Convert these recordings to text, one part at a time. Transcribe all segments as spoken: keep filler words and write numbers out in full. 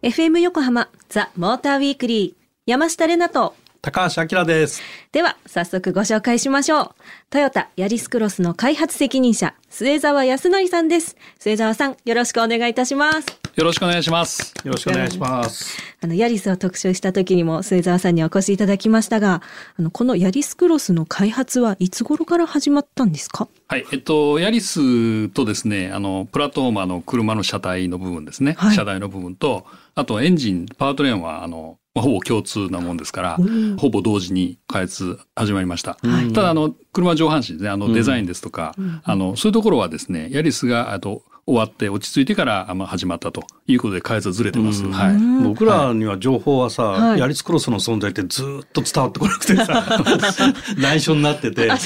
エフエム 横浜ザ・モーターウィークリー、山下れなと高橋明です。 では早速ご紹介しましょう。トヨタヤリスクロスの開発責任者、末澤康則さんです。末澤さん、よろしくお願いいたします。 よろしくお願いします。 よろしくお願いします。 あのヤリスを特集した時にも末澤さんにお越しいただきましたが、あのこのヤリスクロスの開発はいつ頃から始まったんですか？ はい、えっとヤリスとですね、あのプラットフォーマーの車の車体の部分ですね、はい、車体の部分と、あとエンジンパワートレーンはあのほぼ共通なもんですから、うん、ほぼ同時に開発始まりました。はい、ただあの車上半身ですね、あのデザインですとか、うん、あのそういうところはですね、ヤリスがあと終わって落ち着いてから始まったということで開発はずれてます。うん、はい、 僕らには情報はさ、はい、ヤリスクロスの存在ってずっと伝わってこなくてさ内緒になってて、はい、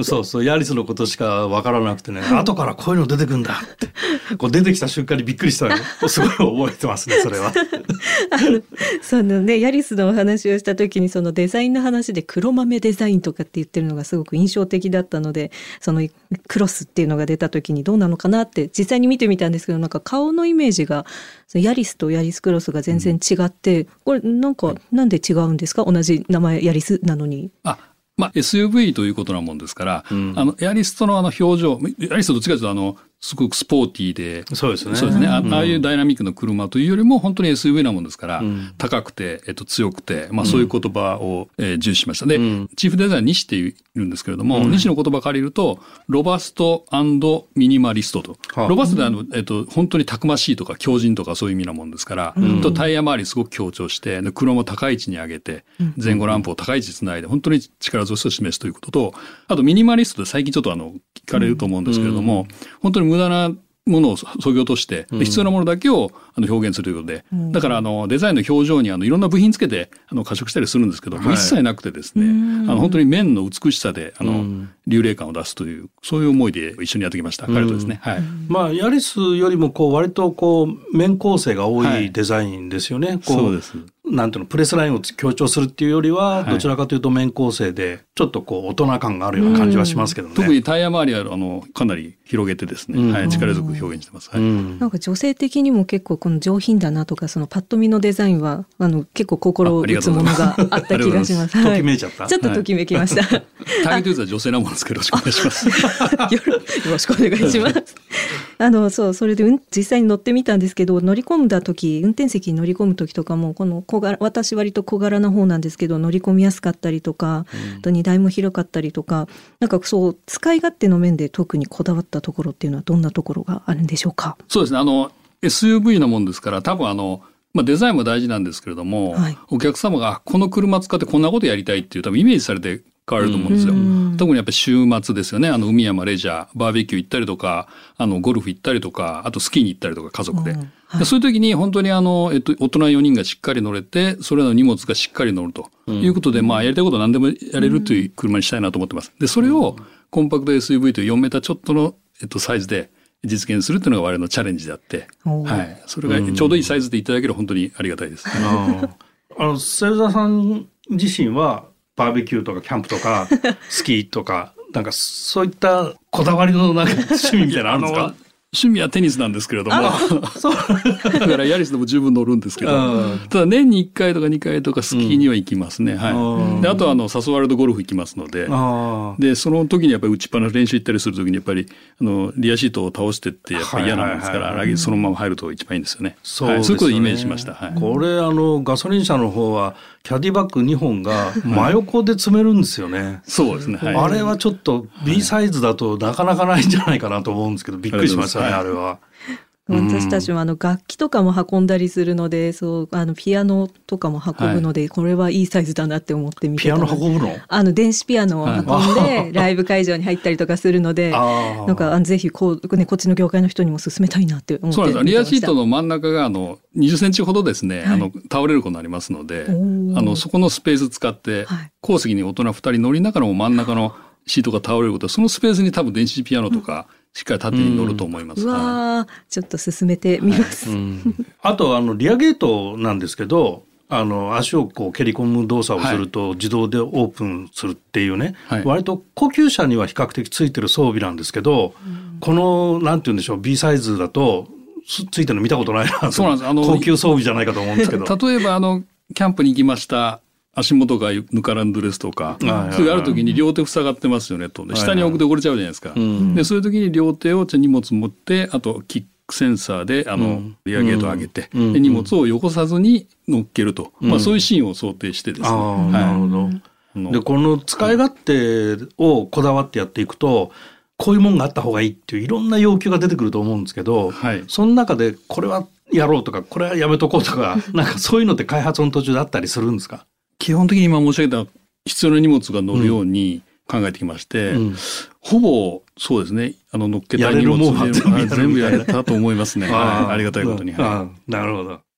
そうそうヤリスのことしか分からなくてね、後からこういうの出てくんだってこう出てきた瞬間にびっくりしたのすごい覚えてますね、それは。 あのそのね、ヤリスのお話をした時にそのデザインの話で黒豆デザインとかって言ってるのがすごく印象的だったので、そのクロスっていうのが出た時にどうなのかなって実際に見てみたんですけど、なんか顔のイメージがヤリスとヤリスクロスが全然違って、うん、これなんかなんで違うんですか？同じ名前ヤリスなのに。 あ、まあ、エスユーブイ ということなもんですから、うん、あのヤリスとのあの表情、ヤリスとどっちかというとあのすごくスポーティーで、 そうですね。 そうですね。あ、うん、ああいうダイナミックな車というよりも本当に エスユーブイ なもんですから、うん、高くて、えっと、強くて、まあそういう言葉を、えー、重視しました。で、うん、チーフデザイナー西っているんですけれども、うん、西の言葉借りると、ロバスト&ミニマリストと。はあ、ロバストであの、えっと、本当にたくましいとか強靭とかそういう意味なもんですから、うん、とタイヤ周りすごく強調して、車も高い位置に上げて、前後ランプを高い位置につないで、本当に力強さを示すということと、あとミニマリストで最近ちょっとあの、聞かれると思うんですけれども、うん、本当に無駄なものを削ぎ落として必要なものだけをあの表現するということで、うん、だからあのデザインの表情にあのいろんな部品つけてあの加色したりするんですけど、はい、一切なくてですね、あの本当に面の美しさであの流麗感を出すというそういう思いで一緒にやってきました、彼とですね。はい、 まあヤリスよりもこう割とこう面構成が多いデザインですよね。はい、こうそうです。 なんていうのプレスラインを強調するっていうよりはどちらかというと面構成でちょっとこう大人感があるような感じはしますけどね。 特にタイヤ周りはあのかなり広げてですね、うんはい、力強く表現してます。はい、 なんか女性的にも結構この上品だなとかそのパッと見のデザインはあの結構心を打つものがあった気がします。 ときめいちゃった。 ちょっとときめきました。 はい、ターゲットユーザーは女性なものですけどよろしくお願いします。 よろしくお願いします。あのそうそれで、うん、実際に乗ってみたんですけど、乗り込んだ時運転席に乗り込む時とかもこの小柄私割と小柄な方なんですけど乗り込みやすかったりとか、うん、あと荷台も広かったりとか、なんかそう使い勝手の面で特にこだわったところっていうのはどんなところがあるんでしょうか？ そうですね、あの エスユーブイ なもんですから多分あのまあ、デザインも大事なんですけれども、はい、お客様がこの車使ってこんなことやりたいっていう多分イメージされて変わると思うんですよ。特にやっぱり週末ですよね。あの海山レジャーバーベキュー行ったりとかあのゴルフ行ったりとかあとスキーに行ったりとか家族で、はい、そういう時に本当にあの、えっと、大人よにんがしっかり乗れてそれらの荷物がしっかり乗るということで、うん、まあやりたいことは何でもやれるという車にしたいなと思ってます。でそれをコンパクト エスユーブイ というよんメーターちょっとの、えっと、サイズで実現するというのが我々のチャレンジであって、はい、それがちょうどいいサイズでいただける本当にありがたいです。 あの末澤さん自身はバーベキューとかキャンプとかスキーとかなんかそういったこだわりのなんか趣味みたいなのあるんですか？ 趣味はテニスなんですけれどもそうだからヤリスでも十分乗るんですけど、ただ年にいっかいとかにかいとかスキーには行きますね。うんはい、であとはあの誘われるとゴルフ行きますので、でその時にやっぱり打ちっぱなし練習行ったりする時にやっぱりあのリアシートを倒してってやっぱり嫌なんですから、はいはいはいはい、そのまま入ると一番いいんですよね。そうですよね。はい、そういうことをイメージしました。はい、 これあのガソリン車の方はキャディバッグにほんが真横で積めるんですよね。はい、 そうですね。はい、 あれはちょっと B サイズだとなかなかないんじゃないかなと思うんですけど、びっくりしましたね、はい、あれは。 私たちもあの楽器とかも運んだりするので、そうあのピアノとかも運ぶので、はい、これはいいサイズだなって思って見てた。 ピアノ運ぶの？ あの電子ピアノを運んで、はい、ライブ会場に入ったりとかするので、なんかぜひこう、ね、こっちの業界の人にも勧めたいなって思って見てました。 そうなんです。リアシートの真ん中があのにじゅっセンチほどですね、はい、あの倒れることになりますので、あのそこのスペース使って、はい、後席に大人ふたり乗りながらも真ん中のシートが倒れることはそのスペースに多分電子ピアノとか、うんしっかり縦に乗ると思います。 うわ、はい、ちょっと進めてみます。はいうん、 あとあのリアゲートなんですけど、あの足をこう蹴り込む動作をすると自動でオープンするっていうね、はい、割と高級車には比較的ついてる装備なんですけど、うん、このなんて言うんでしょう B サイズだとついてるの見たことないな。 そうなんです。あの高級装備じゃないかと思うんですけど。 例えばあのキャンプに行きました。足元がぬからんドレスとか、それある時に両手塞がってますよねと。下に置くと汚れちゃうじゃないですか。でそういう時に両手を荷物持って、あとキックセンサーであのリアゲートを上げて、で荷物をよこさずに乗っけると、まあそういうシーンを想定してですね。 なるほど。でこの使い勝手をこだわってやっていくと、こういうもんがあった方がいいっていういろんな要求が出てくると思うんですけど、はい、その中でこれはやろうとかこれはやめとこうとかなんかそういうのって開発の途中であったりするんですか？ 基本的に今申し上げた必要な荷物が乗るように考えてきまして、うん、ほぼそうですね、あの乗っけた荷物は全部やれたと思いますね。あ, ありがたいことに。 はい、なるほど。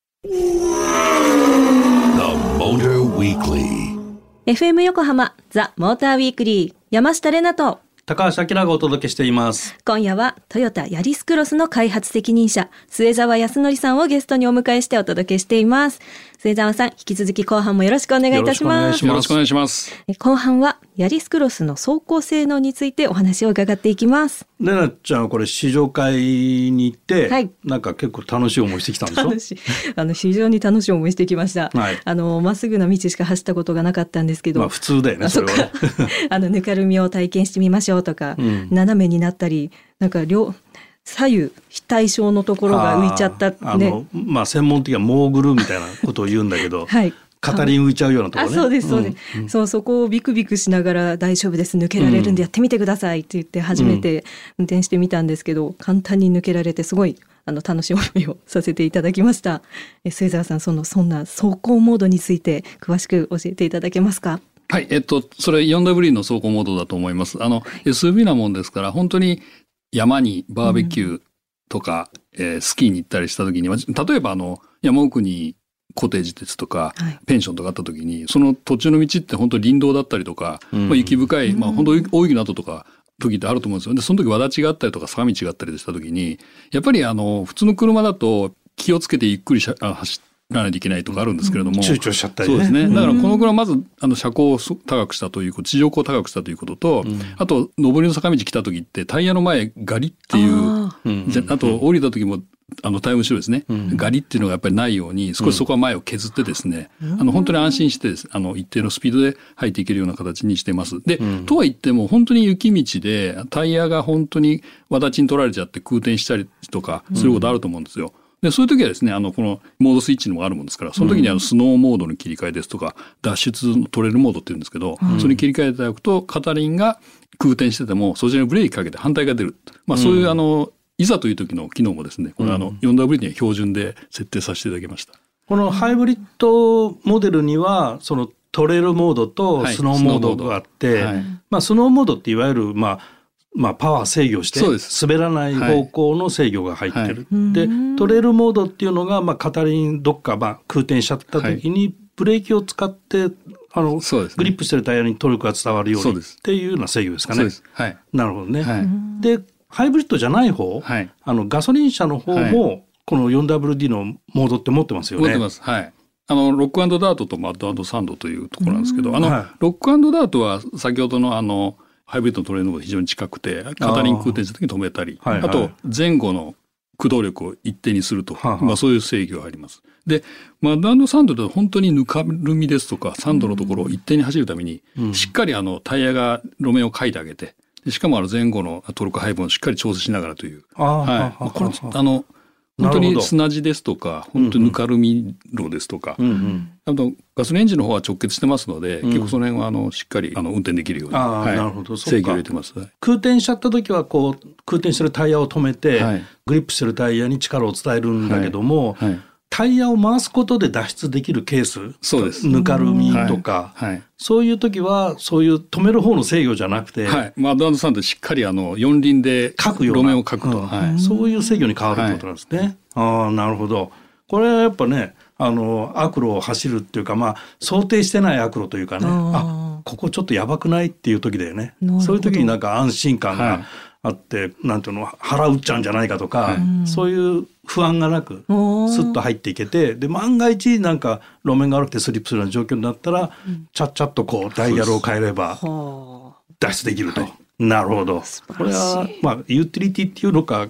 エフエム 横浜ザ・モーターウィークリー、山下れなと高橋明がお届けしています。 今夜はトヨタヤリスクロスの開発責任者末澤康則さんをゲストにお迎えしてお届けしています。末澤さん、引き続き後半もよろしくお願いいたします。 よろしくお願いします。 後半はヤリスクロスの走行性能についてお話を伺っていきます。 レナちゃんはこれ試乗会に行って、はい、なんか結構楽しい思いしてきたんでしょ？ 楽しいあの非常に楽しい思いしてきました。はい、あのまっすぐな道しか走ったことがなかったんですけど、 まあ普通だよねそれはね。 あのぬかるみを体験してみましょうとか、うん、斜めになったりなんか両左右非対称のところが浮いちゃった、ね、 あのまあ専門的にはモーグルみたいなことを言うんだけど、はい、片輪浮いちゃうようなところね。 あ、そうですそうです、うんうん、そうそこをビクビクしながら大丈夫です抜けられるんでやってみてくださいって言って初めて運転してみたんですけど、うん、簡単に抜けられてすごいあの楽しい思いをさせていただきました。え末澤さん、そのそんな走行モードについて詳しく教えていただけますか？ はい、えっとそれ フォーダブリュー の走行モードだと思います。あの エスユーブイ なもんですから本当に山にバーベキューとか、うんえー、スキーに行ったりした時に、例えばあの山奥にコテージ鉄とか、はい、ペンションとかあった時にその途中の道って本当林道だったりとか、うんまあ、雪深い、うんまあ、本当大雪の後とか時ってあると思うんですよ。でその時わだちがあったりとか坂道があったりした時にやっぱりあの普通の車だと気をつけてゆっくりしゃ走らないといけないとかあるんですけれども、うん、 躊躇しちゃったりね。 そうですね。だからこの車まずあの車高を高くしたということ、地上高を高くしたということと、うん、あと上りの坂道来た時ってタイヤの前ガリっていう、あ, じゃあと降りた時もあのタイヤ後ろですね、うん、ガリっていうのがやっぱりないように少しそこは前を削ってですね、うん、あの本当に安心してですあの一定のスピードで入っていけるような形にしてます。で、うん、とは言っても本当に雪道でタイヤが本当にわだちに取られちゃって空転したりとかすることあると思うんですよ。うんでそういう時はですねあのこのモードスイッチのもあるもんですからその時にあのスノーモードの切り替えですとか、うん、脱出のトレイルモードって言うんですけど、うん、それに切り替えていただくと片輪が空転しててもそちらにブレーキかけて反対が出る、まあ、そういうあのいざという時の機能もですねこれあの フォーダブリュー には標準で設定させていただきました。 このハイブリッドモデルにはそのトレイルモードとスノーモードがあって、はいまあ、スノーモードっていわゆるまあまあ、パワー制御して滑らない方向の制御が入ってる、はい、でトレイルモードっていうのがまあ片輪どっかまあ空転しちゃった時にブレーキを使ってあの、ね、グリップしてるタイヤにトルクが伝わるようにっていうような制御ですかね。 そうです、はい、 なるほどね、はい、でハイブリッドじゃない方、はい、あのガソリン車の方もこの フォーダブリューディー のモードって持ってますよね。 持ってます、はい。あのロック&ダートとマッド&サンドというところなんですけどあの、はい、ロック&ダートは先ほどのあのハイブリッドのトレーニングが非常に近くて片輪空転した時に止めたり あ,、はいはい、あと前後の駆動力を一定にすると、はあまあ、そういう制御があります。でマッド&サンドでは本当にぬかるみですとかサンドのところを一定に走るために、うん、しっかりあのタイヤが路面をかいてあげてでしかもあの前後のトルク配分をしっかり調整しながらという、あ、はいまあ、これあの本当に砂地ですとか本当にぬかるみ路ですとか、うんうん、あとガソリンエンジンの方は直結してますので、うん、結構その辺はあのしっかりあの運転できるように、はい、なるほど制御を入れてます。 空転しちゃった時はこう空転してるタイヤを止めて、はい、グリップしてるタイヤに力を伝えるんだけども、はいはい、タイヤを回すことで脱出できるケース、 そうですぬかるみとか、はいはい、そういう時はそういう止める方の制御じゃなくて、 はい、マッド&サンドでしっかりあの四輪で路面をかくと、うんはい、そういう制御に変わるってことなんですね、はい、ああなるほど。これはやっぱねあの悪路を走るっていうか、まあ、想定してない悪路というかね、あここちょっとやばくないっていう時だよね。そういう時になんか安心感があって、はい、なんていうの腹打っちゃうんじゃないかとか、はい、そういう不安がなくスッと入っていけてで万が一なんか路面が悪くてスリップするような状況になったら、うん、ちゃっちゃっとこうダイヤルを変えれば脱出できると、はい、なるほど。これは、まあ、ユーティリティっていうのか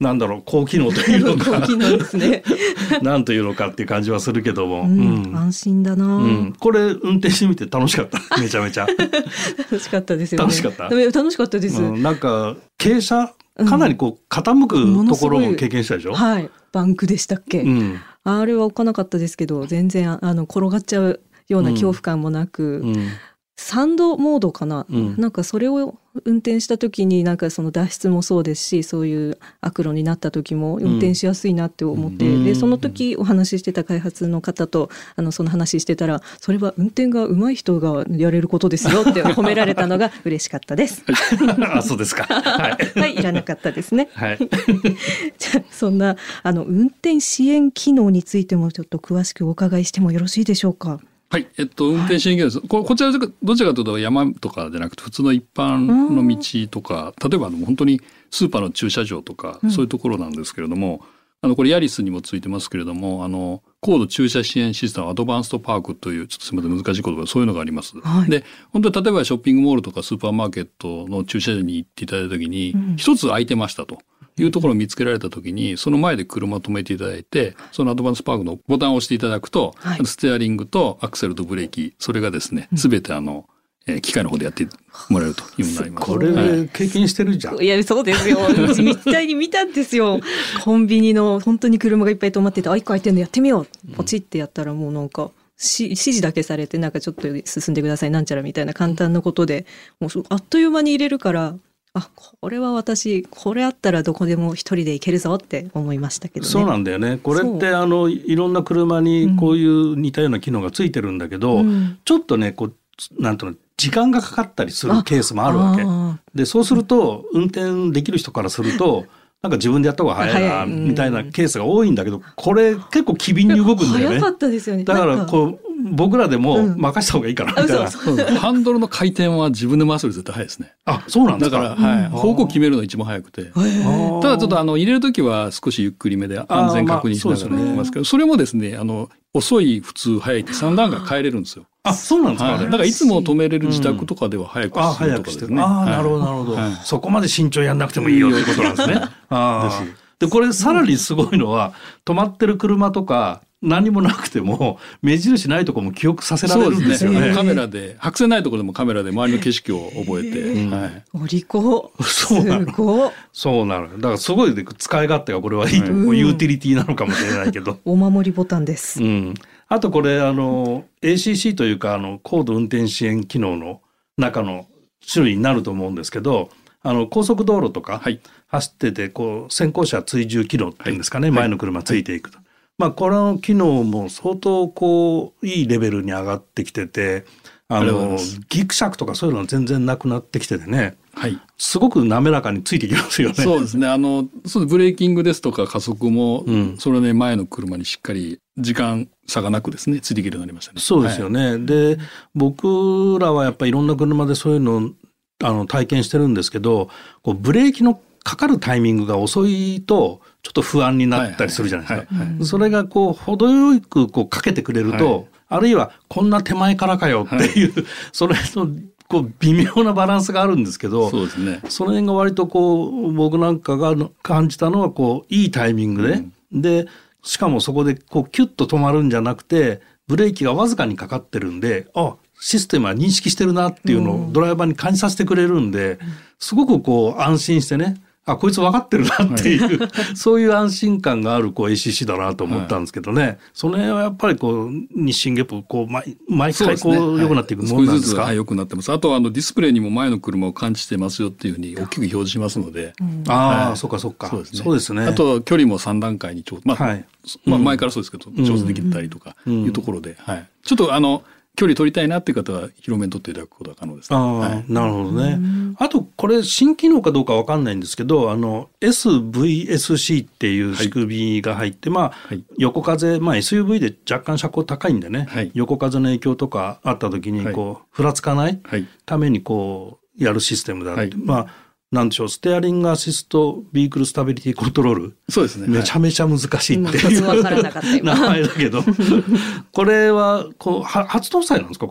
なんだろう高機能というのか高機能ですねなんというのかっていう感じはするけども、 うんうん、安心だな、うん、 これ運転してみて楽しかっためちゃめちゃ楽しかったですよね。 楽しかった楽しかったです、 うん、なんか傾斜かなりこう傾くところも経験したでしょ、うん、 はいバンクでしたっけ、うん、あれは置かなかったですけど全然あの転がっちゃうような恐怖感もなく、うんうんサンドモードかな、うん、なんかそれを運転した時になんかその脱出もそうですしそういう悪路になった時も運転しやすいなって思って、うん、でその時お話ししてた開発の方とあのその話してたらそれは運転が上手い人がやれることですよって褒められたのが嬉しかったですあそうですかはい、 はい、いらなかったですね、 はい、 じゃあそんなあの運転支援機能についてもちょっと詳しくお伺いしてもよろしいでしょうか。 はい、えっと、運転支援機能です。はい、こ, こちらどちらかというと山とかじゃなくて普通の一般の道とか、例えば本当にスーパーの駐車場とか、うん、そういうところなんですけれども、あのこれヤリスにもついてますけれども、あの高度駐車支援システムアドバンストパークというちょっとすみません難しい言葉そういうのがあります。はい、で本当に例えばショッピングモールとかスーパーマーケットの駐車場に行っていただいた時に一、うん、つ空いてましたと。いうところを見つけられた時にその前で車を止めていただいてそのアドバンスパークのボタンを押していただくと、はい、ステアリングとアクセルとブレーキそれがですね全てあの、えー、機械の方でやってもらえるというようになります。 これ、はい、経験してるじゃん。 いやそうですよ実際に見たんですよコンビニの本当に車がいっぱい止まっててあいっこ空いてるのやってみようポチってやったらもうなんか指示だけされてなんかちょっと進んでくださいなんちゃらみたいな簡単なことでもうあっという間に入れるからあこれは私これあったらどこでも一人で行けるぞって思いましたけどね。 そうなんだよね。これってあのいろんな車にこういう似たような機能がついてるんだけど、うん、ちょっとねこうなんとなく時間がかかったりするケースもあるわけでそうすると運転できる人からするとなんか自分でやった方が早いなみたいなケースが多いんだけどこれ結構機敏に動くんだよね。 早かったですよね。 だからこう僕らでも任した方がいいかなみたいな、うん、 そうそうハンドルの回転は自分で回すより絶対早いですね。 あそうなんですか。 だから、はい、方向決めるのが一番早くてただちょっとあの入れるときは少しゆっくりめで安全確認しながら行きますけど そ, それもですねあの遅い普通早いってさん段階変えれるんですよ。 あそうなんですか、 はい、だからいつも止めれる自宅とかでは早くするとかですね、うん、 ああなるほどなるほど、はい、そこまで慎重やんなくてもいいよってことなんですねあですでこれさらにすごいのは止まってる車とか何もなくても目印ないところも記憶させられるんですよね。 そうですねカメラで白線ないところでもカメラで周りの景色を覚えて、えーはい、 お利口そうなのそうなのだからすごい使い勝手がこれはいいと思う、うん、ユーティリティなのかもしれないけどお守りボタンです、 うん、あとこれあの エーシーシー というかあの高度運転支援機能の中の種類になると思うんですけどあの高速道路とか走っててこう先行車追従機能っていうんですかね、はい、前の車ついていくと、はいまあ、この機能も相当こういいレベルに上がってきててあのギクシャクとかそういうのは全然なくなってきててね、はい、すごく滑らかについてきますよね。 そうですねあのそうブレーキングですとか加速も、うん、それね前の車にしっかり時間差がなくですねついていけるようになりましたね。 そうですよね、はい、で僕らはやっぱりいろんな車でそういうのをあの体験してるんですけどこうブレーキのかかるタイミングが遅いとちょっと不安になったりするじゃないですか、はいはいはいはい、それがこう程よくこうかけてくれると、はい、あるいはこんな手前からかよっていう、はい、それのこう微妙なバランスがあるんですけどそうですね、 その辺が割とこう僕なんかが感じたのはこういいタイミングで、うん、でしかもそこでこうキュッと止まるんじゃなくてブレーキがわずかにかかってるんであシステムは認識してるなっていうのをドライバーに感じさせてくれるんで、すごくこう安心してねあこいつ分かってるなっていう、はい、そういう安心感があるこう エーシーシー だなと思ったんですけどね、はい、その辺はやっぱりこう日進月歩こう 毎, 毎回こう良くなっていくものなんですか。 少しずつ、はい、良くなってます。あとはあのディスプレイにも前の車を感知してますよっていうふうに大きく表示しますので、うん、 ああ、 はい、 そうかそうかそうですね、 そうですね。 あと距離もさん段階に調、まあはいまあ、前からそうですけど、うん、調整できたりとかいうところで、うんはい、ちょっとあの距離取りたいなっていう方は広めに取っていただくことが可能です、ね。 あはい、なるほどね。あとこれ新機能かどうかわかんないんですけどあの エスブイエスシー っていう仕組みが入って、はい、まあ、はい、横風、まあ、エスユーブイ で若干車高高いんでね、はい、横風の影響とかあった時にこう、はい、ふらつかないためにこうやるシステムだって、はい、まあなんでしょうステアリングアシストビークルスタビリティコントロールそうですねめちゃめちゃ難しいっていう、 うん、名前だけどこれはこうは初搭載なんですかこれ。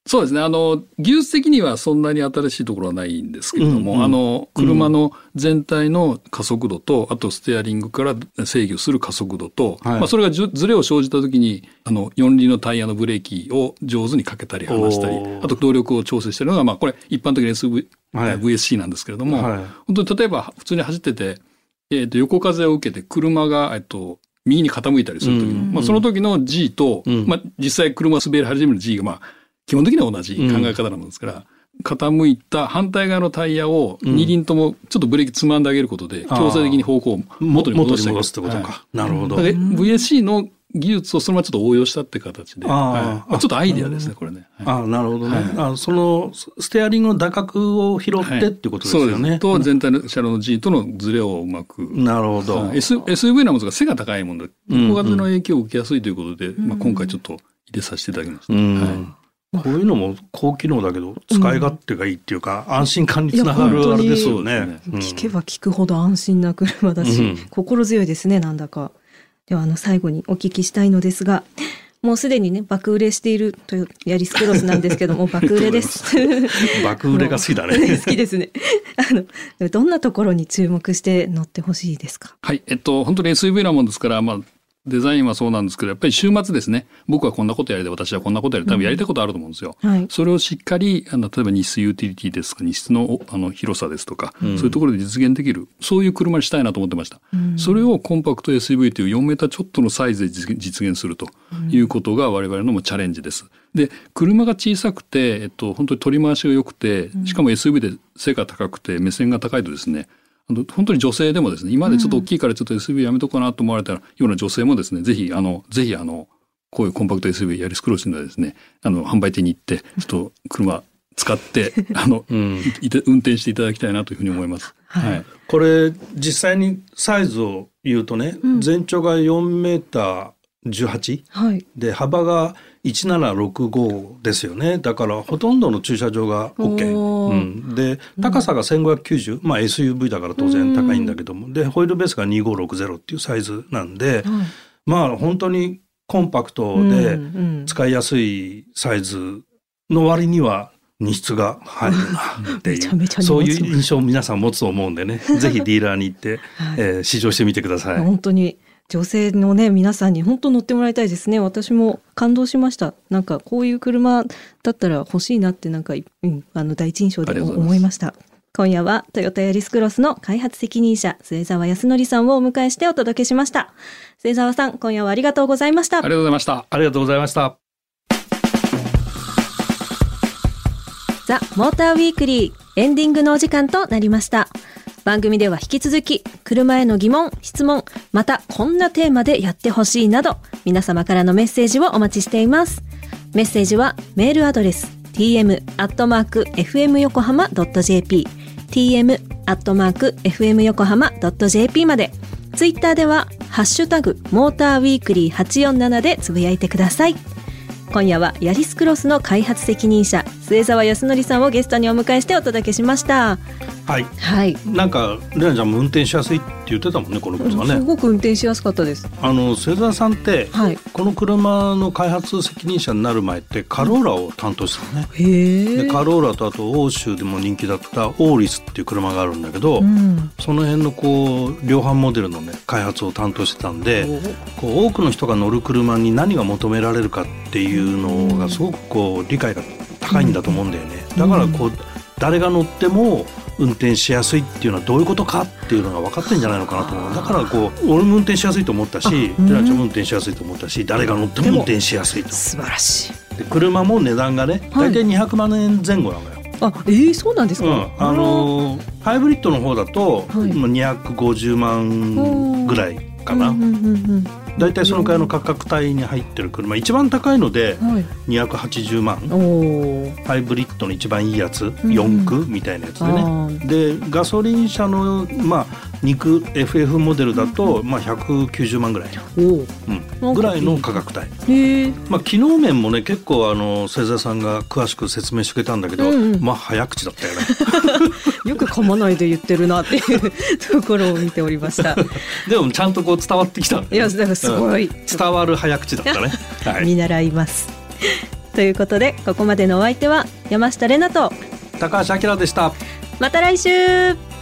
そうですね。あの、技術的にはそんなに新しいところはないんですけれども、うんうん、あの、車の全体の加速度と、あとステアリングから制御する加速度と、はい、まあ、それがずれを生じたときに、あの、四輪のタイヤのブレーキを上手にかけたり離したり、あと動力を調整しているのが、まあ、これ一般的に エスブイ、はい、ブイエスシー なんですけれども、はい、本当に例えば普通に走ってて、えっと、横風を受けて車が、えっと、右に傾いたりするときの、うんうん、まあ、その時の G と、うん、まあ、実際車を滑り始める G が、まあ、基本的には同じ考え方なもんですから、うん、傾いた反対側のタイヤを二輪ともちょっとブレーキつまんであげることで、強制的に方向を元に戻してあげる。元に戻すってことか。はい、なるほど。ブイエスシー の技術をそのままちょっと応用したって形で、あ、はい、ちょっとアイデアですね、これね。 はい、あ、なるほどね。はい、あ、そのステアリングの打角を拾ってっていうことですよね。はい、そうです。 と全体の車両の G とのズレをうまく。 なるほど。 S、エスユーブイ なものが背が高いもので、横風の影響を受けやすいということで、うん、まあ、今回ちょっと入れさせていただきました。うん、はい、 こういうのも高機能だけど使い勝手がいいっていうか、うん、安心感につながるあれですよね。 うん、聞けば聞くほど安心な車だし、うん、心強いですね、なんだか。ではあの最後にお聞きしたいのですが、もうすでにね爆売れしているというヤリスクロスなんですけども爆売れです。 爆売れが好きだね。 好きですね。あのどんなところに注目して乗ってほしいですか。 はい、えっと本当に エスユーブイ なもんですから、まあデザインはそうなんですけど、やっぱり週末ですね、僕はこんなことやりたい、私はこんなことやりたい、多分やりたいことあると思うんですよ。うん、はい、それをしっかり、あの例えば荷室ユーティリティですとか、荷室のあの広さですとか、うん、そういうところで実現できる、そういう車にしたいなと思ってました。うん、それをコンパクト エスユーブイ というよんメーターちょっとのサイズで実現するということが我々のもチャレンジです。で、車が小さくて、えっと、本当に取り回しが良くて、しかも エスユーブイ で背が高くて目線が高いとですね、本当に女性でもですね、今までちょっと大きいからちょっと エスユーブイ やめとこうかなと思われたような女性もですね、ぜひあのぜひあのこういうコンパクト エスユーブイ ヤリスクロスにはですね、あの販売店に行ってちょっと車使ってあの、うん、運転していただきたいなというふうに思います。はいはい、 これ実際にサイズを言うとね、うん、全長がよんメーターじゅうはち、はい、で幅がいちななろくごですよね。だからほとんどの駐車場が OK、うん、で高さがせんごひゃくきゅうじゅう、まあ エスユーブイ だから当然高いんだけども、でホイールベースがにせんごひゃくろくじゅうっていうサイズなんで、うん、まあ本当にコンパクトで使いやすいサイズの割には荷室が入るなっていう、めちゃめちゃそういう印象を皆さん持つと思うんでね、ぜひディーラーに行って、はい、えー、試乗してみてください。 本当に女性のね皆さんに本当乗ってもらいたいですね。私も感動しました。なんかこういう車だったら欲しいなってなんか、うん、あの第一印象で思いました。今夜はトヨタヤリスクロスの開発責任者末澤康則さんをお迎えしてお届けしました。末澤さん、今夜はありがとうございました。 ありがとうございました。 ありがとうございました。 ザ・モーターウィークリーエンディングのお時間となりました。番組では引き続き車への疑問、質問、またこんなテーマでやってほしいなど皆様からのメッセージをお待ちしています。メッセージはメールアドレス ティーエム アットマーク エフエム 横浜 ドット ジェーピー ティーエム アットマーク エフエム 横浜 ドット ジェーピー まで。ツイッターではハッシュタグモーターウィークリーはちよんななでつぶやいてください。今夜はヤリスクロスの開発責任者末澤康則さんをゲストにお迎えしてお届けしました。 はい、はい、なんかレナちゃんも運転しやすいって言ってたもんね、この車ね。 すごく運転しやすかったです。 あの末澤さんって、はい、この車の開発責任者になる前ってカローラを担当してたね。へでカローラとあと欧州でも人気だったオーリスっていう車があるんだけど、うん、その辺のこう量販モデルの、ね、開発を担当してたんで、こう多くの人が乗る車に何が求められるかっていうのがすごくこう理解が高いんだと思うんだよね。だからこう誰が乗っても運転しやすいっていうのはどういうことかっていうのが分かってんじゃないのかなと思う。だからこう俺も運転しやすいと思ったし、レナちゃんも運転しやすいと思ったし、誰が乗っても運転しやすいと。 素晴らしい。で車も値段がね大体にひゃくまんえんぜん後なのよ。 あ、えー、そうなんですか。うん、 あのハイブリッドの方だと、はい、にひゃくごじゅうまんぐらいかな。だいたいそのくらいの価格帯に入ってる車、一番高いのでにひゃくはちじゅうまん、はい、ハイブリッドの一番いいやつ、うん、よんくみたいなやつでね。でガソリン車の、まあ、にく エフエフ モデルだと、まあ、ひゃくきゅうじゅうまんぐらい、うん、ぐらいの価格帯。へ、まあ、機能面もね結構あの末澤さんが詳しく説明してくれたんだけど、うんうん、まあ早口だったよね。 よく噛まないで言ってるなっていうところを見ておりました。 でもちゃんとこう伝わってきた、ね、 いやだからすごい、うん、 伝わる早口だったね。はい、 見習います。 ということでここまでのお相手は山下れなと高橋明でした。 また来週。